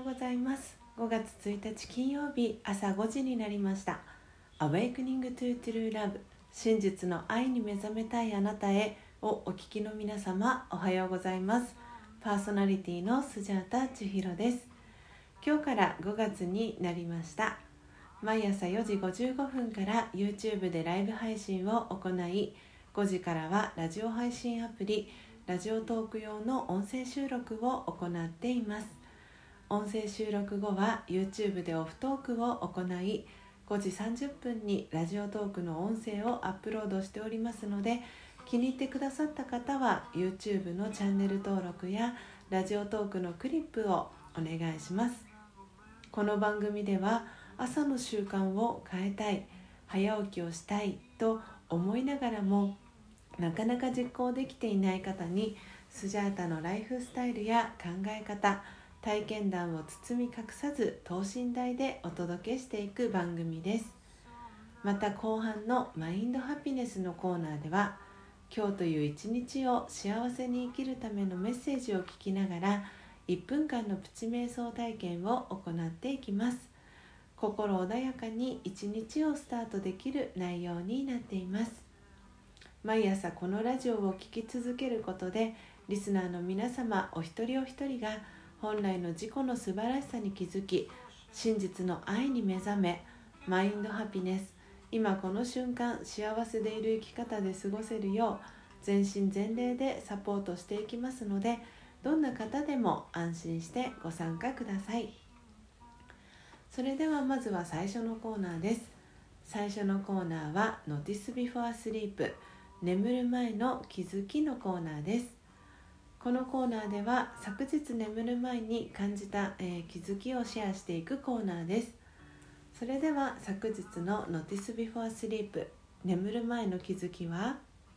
ようございます。5月1日金曜日朝5時になりました。 Awakening to True Love 真実の愛に目覚めたいあなたへをお聞きの皆様、おはようございます。パーソナリティのスジャータ千尋です。今日から5月になりました。毎朝4時55分から YouTube でライブ配信を行い、5時からはラジオ配信アプリラジオトーク用の音声収録を行っています。音声収録後は YouTube でオフトークを行い、5時30分にラジオトークの音声をアップロードしておりますので、気に入ってくださった方は YouTube のチャンネル登録やラジオトークのクリップをお願いします。この番組では朝の習慣を変えたい、早起きをしたいと思いながらもなかなか実行できていない方に、スジャータのライフスタイルや考え方、体験談を包み隠さず等身大でお届けしていく番組です。また後半のマインドハピネスのコーナーでは、今日という一日を幸せに生きるためのメッセージを聞きながら1分間のプチ瞑想体験を行っていきます。心穏やかに一日をスタートできる内容になっています。毎朝このラジオを聴き続けることで、リスナーの皆様お一人お一人が本来の自己の素晴らしさに気づき、真実の愛に目覚め、マインドハピネス、今この瞬間幸せでいる生き方で過ごせるよう全身全霊でサポートしていきますので、どんな方でも安心してご参加ください。それではまずは最初のコーナーです。最初のコーナーは Notice Before Sleep、 眠る前の気づきのコーナーです。このコーナーでは昨日眠る前に感じた、気づきをシェアしていくコーナーです。それでは昨日の Notice Before Sleep、 眠る前の気づきは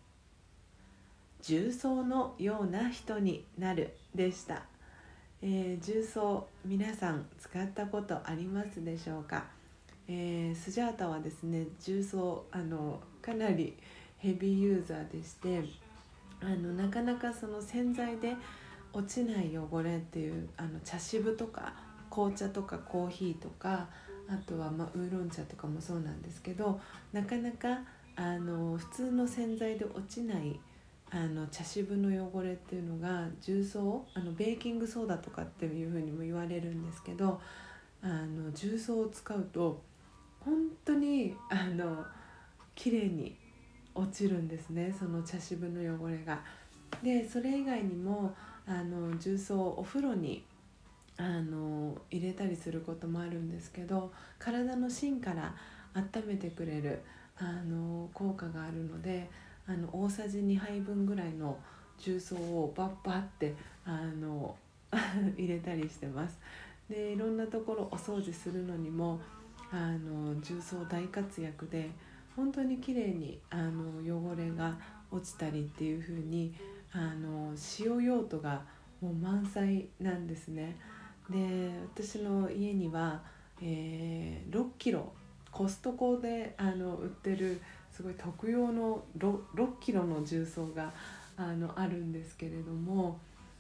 重曹のような人になるでした。重曹、皆さん使ったことありますでしょうか。スジャータはですね、重曹かなりヘビーユーザーでして、なかなかその洗剤で落ちない汚れっていう茶渋とか紅茶とかコーヒーとか、あとはウーロン茶とかもそうなんですけど、なかなか普通の洗剤で落ちない茶渋の汚れっていうのが重曹、ベーキングソーダとかっていうふうにも言われるんですけど、重曹を使うと本当に綺麗に落ちるんですね、その茶渋の汚れが。でそれ以外にも重曹をお風呂に入れたりすることもあるんですけど、体の芯から温めてくれる効果があるので、大さじ2杯分ぐらいの重曹をバッバッって入れたりしてます。でいろんなところお掃除するのにも重曹大活躍で、本当に綺麗に汚れが落ちたりっていう風に使用用途がもう満載なんですね。で私の家には、6キロコストコで売ってるすごい特用の 6キロの重曹があるんですけれども、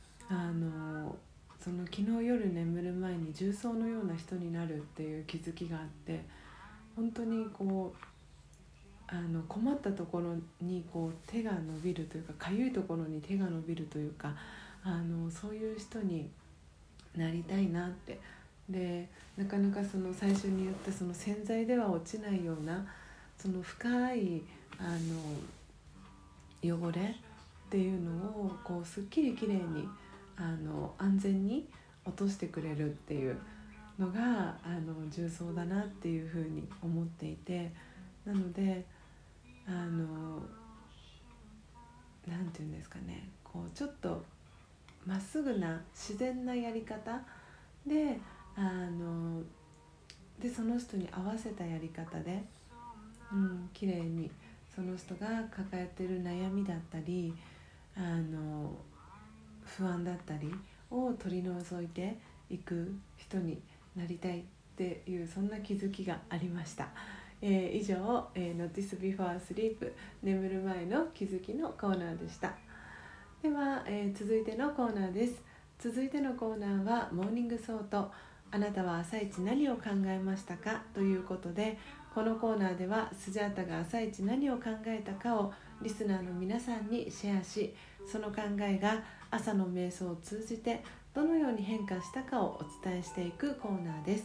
その昨日夜眠る前に重曹のような人になるっていう気づきがあって、本当にこう困ったところに手が伸びるというか、かゆいところに手が伸びるというか、そういう人になりたいなって。でなかなかその最初に言ったその洗剤では落ちないようなその深い汚れっていうのをすっきりきれいに安全に落としてくれるっていうのが重曹だなっていうふうに思っていて、なのでなんていうんですかね、ちょっとまっすぐな自然なやり方でその人に合わせたやり方で、綺麗にその人が抱えてる悩みだったり不安だったりを取り除いていく人になりたいっていう、そんな気づきがありました。以上、Notice Before Sleep 眠る前の気づきのコーナーでした。では、続いてのコーナーです。続いてのコーナーはモーニングソート。 あなたは朝一何を考えましたかということで、このコーナーではスジャータが朝一何を考えたかをリスナーの皆さんにシェアし、その考えが朝の瞑想を通じてどのように変化したかをお伝えしていくコーナーです。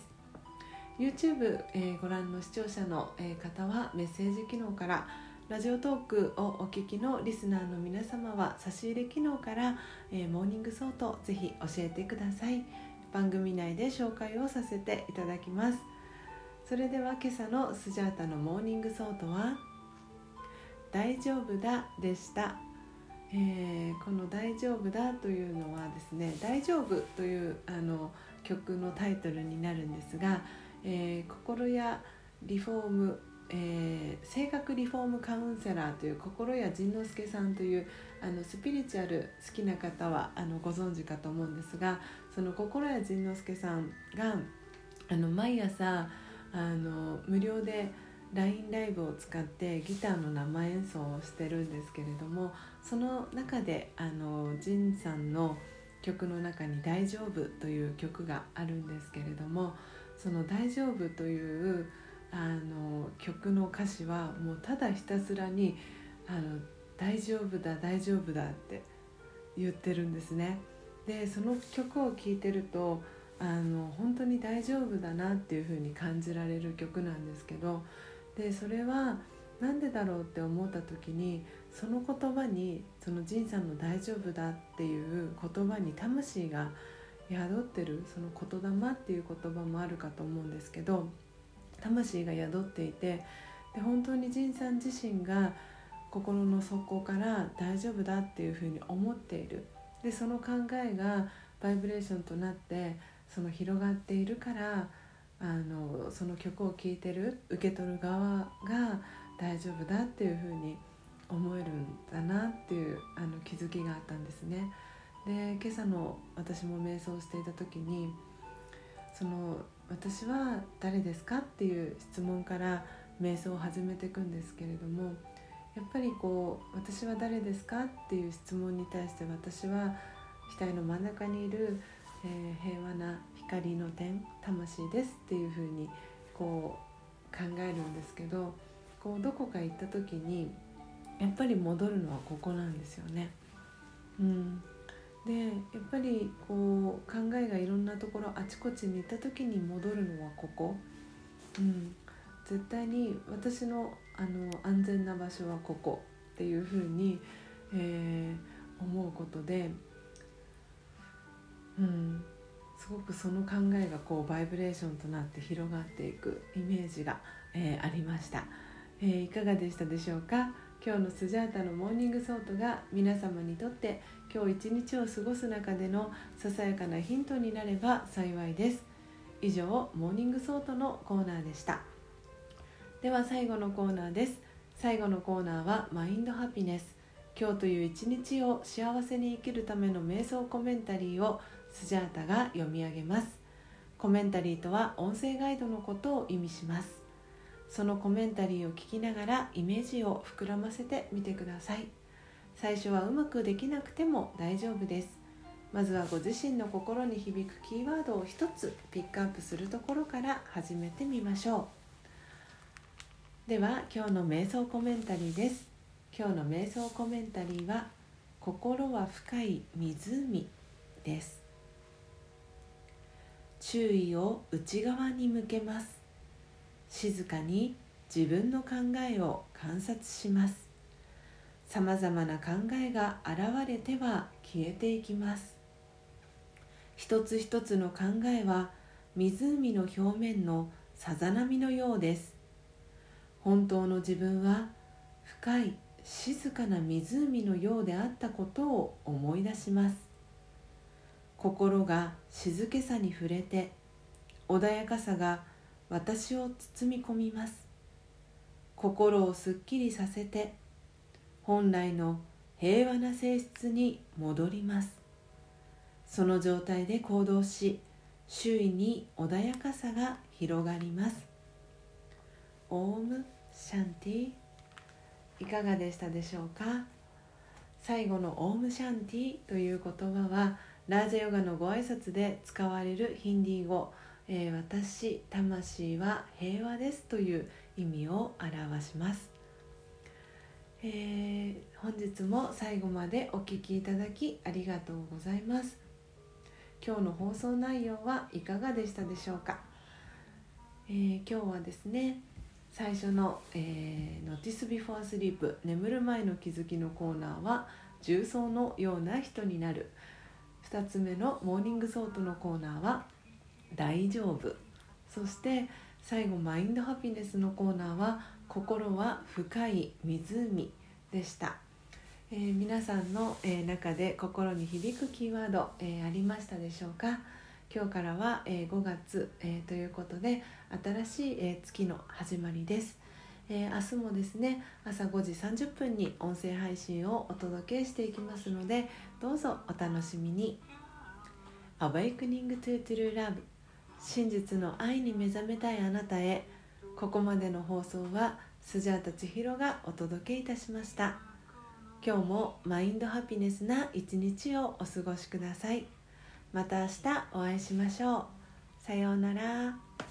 YouTube、ご覧の視聴者の方はメッセージ機能から、ラジオトークをお聞きのリスナーの皆様は差し入れ機能から、モーニングソートぜひ教えてください。番組内で紹介をさせていただきます。それでは今朝のスジャータのモーニングソートは大丈夫だでした。この大丈夫だというのはですね、大丈夫という曲のタイトルになるんですが、心やリフォーム、性格リフォームカウンセラーという心谷仁之助さんというスピリチュアル好きな方はご存知かと思うんですが、その心谷仁之助さんが毎朝無料で LINE ライブを使ってギターの生演奏をしてるんですけれども、その中で仁さんの曲の中に大丈夫という曲があるんですけれども、その大丈夫という曲の歌詞はもうただひたすらに大丈夫だ大丈夫だって言ってるんですね。でその曲を聴いてると本当に大丈夫だなっていう風に感じられる曲なんですけど、でそれはなんでだろうって思った時に、その言葉に、その仁さんの大丈夫だっていう言葉に魂が宿ってる、その言霊っていう言葉もあるかと思うんですけど、魂が宿っていて、で本当に仁さん自身が心の底から大丈夫だっていうふうに思っている。でその考えがバイブレーションとなってその広がっているから、その曲を聴いてる受け取る側が大丈夫だっていうふうに思えるんだなっていう気づきがあったんですね。で今朝の私も瞑想していた時に、その私は誰ですかっていう質問から瞑想を始めていくんですけれども、やっぱり私は誰ですかっていう質問に対して、私は額の真ん中にいる、平和な光の点、魂ですっていうふうに考えるんですけど、どこか行った時にやっぱり戻るのはここなんですよね。でやっぱり考えがいろんなところあちこちに行った時に戻るのはここ、絶対に私の安全な場所はここっていうふうに、思うことで、すごくその考えがバイブレーションとなって広がっていくイメージが、ありました。いかがでしたでしょうか。今日のスジャータのモーニングソートが皆様にとって今日一日を過ごす中でのささやかなヒントになれば幸いです。以上、モーニングソートのコーナーでした。では最後のコーナーです。最後のコーナーはマインドハピネス。今日という一日を幸せに生きるための瞑想コメンタリーをスジャータが読み上げます。コメンタリーとは音声ガイドのことを意味します。そのコメンタリーを聞きながらイメージを膨らませてみてください。最初はうまくできなくても大丈夫です。まずはご自身の心に響くキーワードを一つピックアップするところから始めてみましょう。では今日の瞑想コメンタリーです。今日の瞑想コメンタリーは心は深い湖です。注意を内側に向けます。静かに自分の考えを観察します。さまざまな考えが現れては消えていきます。一つ一つの考えは湖の表面のさざ波のようです。本当の自分は深い静かな湖のようであったことを思い出します。心が静けさに触れて、穏やかさが私を包み込みます。心をすっきりさせて、本来の平和な性質に戻ります。その状態で行動し、周囲に穏やかさが広がります。オームシャンティ。いかがでしたでしょうか。最後のオームシャンティという言葉はラージャヨガのご挨拶で使われるヒンディー語、 私、魂は平和ですという意味を表します。本日も最後までお聞きいただきありがとうございます。今日の放送内容はいかがでしたでしょうか。今日はですね、最初の、Notice Before Sleep 眠る前の気づきのコーナーは重曹のような人になる。2つ目のモーニングソートのコーナーは大丈夫。そして最後マインドハピネスのコーナーは心は深い湖でした。皆さんの、中で心に響くキーワード、ありましたでしょうか。今日からは、5月、ということで新しい、月の始まりです。明日もですね、朝5時30分に音声配信をお届けしていきますので、どうぞお楽しみに。 Awakening to True Love、 真実の愛に目覚めたいあなたへ。ここまでの放送はスジャータ千尋がお届けいたしました。今日もマインドハピネスな一日をお過ごしください。また明日お会いしましょう。さようなら。